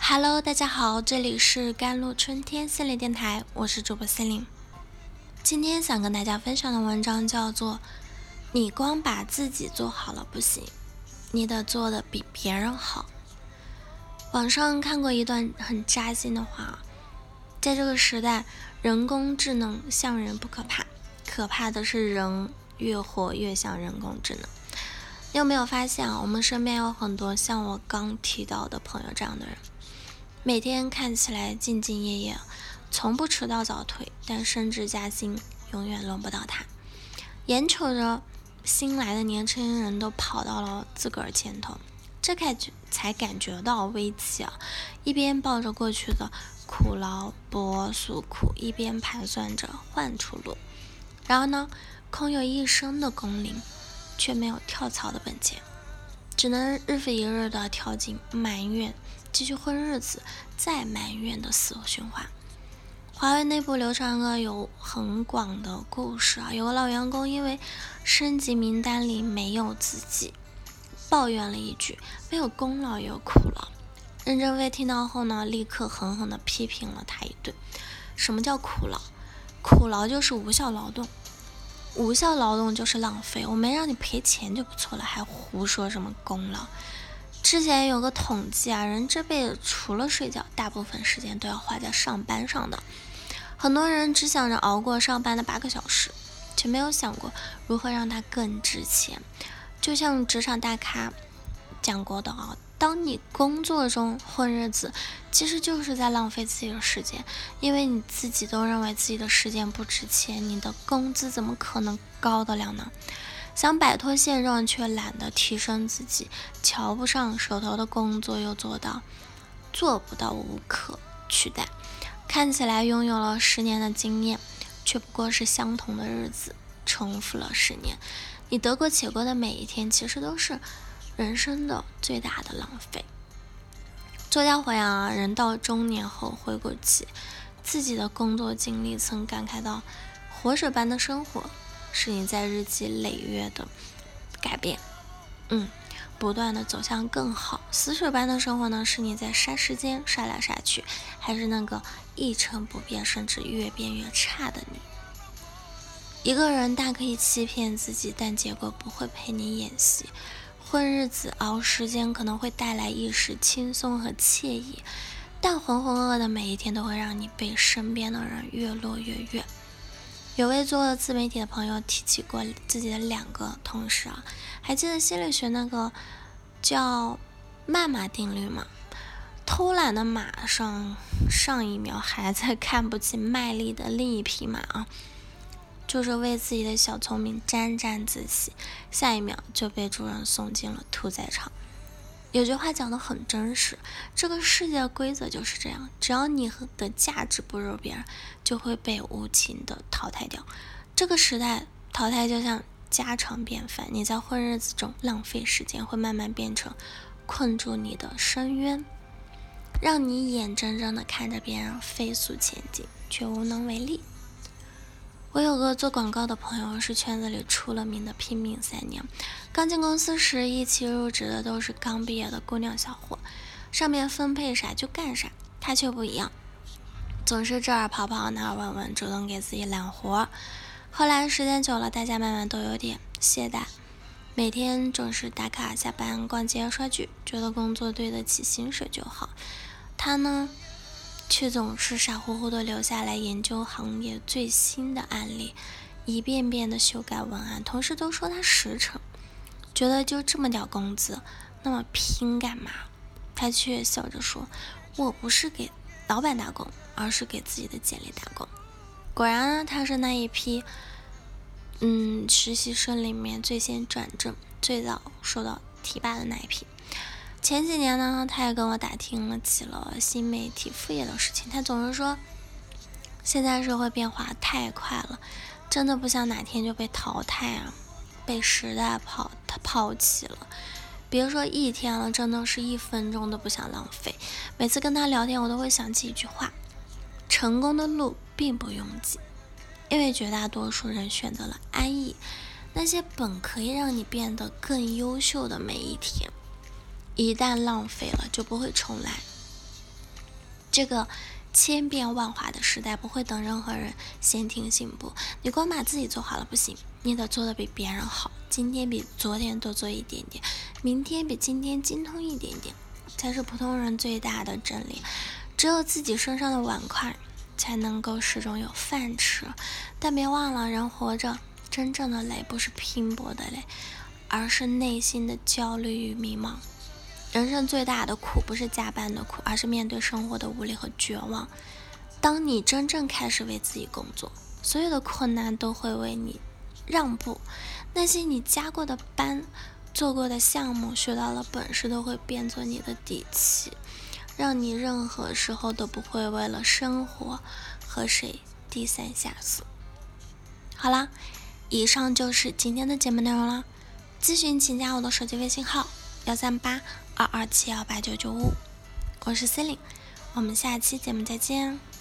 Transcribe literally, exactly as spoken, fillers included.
Hello，大家好，这里是甘露春天心理电台，我是主播心灵。今天想跟大家分享的文章叫做你光把自己做好了不行，你得做的比别人好。网上看过一段很扎心的话，在这个时代，人工智能像人不可怕，可怕的是人越活越像人工智能。你有没有发现啊，我们身边有很多像我刚提到的朋友这样的人，每天看起来兢兢业业，从不迟到早退，但升职加薪永远轮不到他。眼瞅着新来的年轻人都跑到了自个儿前头，这才感觉到危机啊！一边抱着过去的苦劳不诉苦，一边盘算着换出路。然而呢，空有一身的工龄，却没有跳槽的本钱，只能日复一日的跳进埋怨，继续混日子，再埋怨的死循环。华为内部流传个有很广的故事啊，有个老员工因为升级名单里没有自己，抱怨了一句，没有功劳也有苦劳。任正非听到后呢，立刻狠狠地批评了他一顿。什么叫苦劳？苦劳就是无效劳动，无效劳动就是浪费，我没让你赔钱就不错了，还胡说什么功劳。之前有个统计啊，人这辈子除了睡觉，大部分时间都要花在上班上的。很多人只想着熬过上班的八个小时，却没有想过如何让它更值钱。就像职场大咖讲过的啊，当你工作中混日子，其实就是在浪费自己的时间，因为你自己都认为自己的时间不值钱，你的工资怎么可能高得了呢？想摆脱现状却懒得提升自己，瞧不上手头的工作又做到做不到无可取代，看起来拥有了十年的经验，却不过是相同的日子重复了十年。你得过且过的每一天，其实都是人生的最大的浪费。作家回啊，人到中年后回顾起自己的工作经历，曾感慨到活水般的生活是你在日积累月的改变，嗯，不断的走向更好。死水般的生活呢，是你在杀时间杀来杀去，还是那个一成不变甚至越变越差的你？一个人大可以欺骗自己，但结果不会陪你演戏。混日子熬时间可能会带来一时轻松和惬意，但浑浑噩噩的每一天都会让你被身边的人越落越远。有位做自媒体的朋友提起过自己的两个同事啊，还记得心理学那个叫曼马定律吗？偷懒的马上上一秒还在看不起卖力的另一匹马啊，就是为自己的小聪明沾沾自喜，下一秒就被主人送进了屠宰场。有句话讲得很真实，这个世界的规则就是这样，只要你的价值不如别人，就会被无情的淘汰掉。这个时代淘汰就像家常便饭，你在混日子中浪费时间，会慢慢变成困住你的深渊，让你眼睁睁的看着别人飞速前进，却无能为力。我有个做广告的朋友，是圈子里出了名的拼命三娘。刚进公司时，一起入职的都是刚毕业的姑娘小伙，上面分配啥就干啥，他却不一样，总是这儿跑跑那儿问问，主动给自己揽活。后来时间久了，大家慢慢都有点懈怠，每天准时打卡下班逛街刷剧，觉得工作对得起薪水就好。他呢却总是傻乎乎的留下来研究行业最新的案例，一遍遍的修改文案，同事都说他实诚，觉得就这么点工资，那么拼干嘛？他却笑着说，我不是给老板打工，而是给自己的简历打工。果然呢，他是那一批嗯实习生里面最先转正，最早受到提拔的那一批。前几年呢，他也跟我打听了起了新媒体副业的事情。他总是说，现在社会变化太快了，真的不想哪天就被淘汰啊，被时代抛他抛弃了。别说一天了，真的是一分钟都不想浪费。每次跟他聊天，我都会想起一句话：成功的路并不拥挤，因为绝大多数人选择了安逸。那些本可以让你变得更优秀的每一天，一旦浪费了就不会重来。 这个千变万化的时代不会等任何人先听信步，你光把自己做好了不行，你得做得比别人好，今天比昨天多做一点点，明天比今天精通一点点，才是普通人最大的真理。只有自己身上的碗筷才能够始终有饭吃，但别忘了，人活着真正的累不是拼搏的累，而是内心的焦虑与迷茫。人生最大的苦不是加班的苦，而是面对生活的无力和绝望。当你真正开始为自己工作，所有的困难都会为你让步，那些你加过的班、做过的项目、学到了本事都会变作你的底气，让你任何时候都不会为了生活和谁低三下四。好啦，以上就是今天的节目内容了。咨询请加我的手机微信号幺三八二二七幺八九九五，我是 Celine， 我们下期节目再见。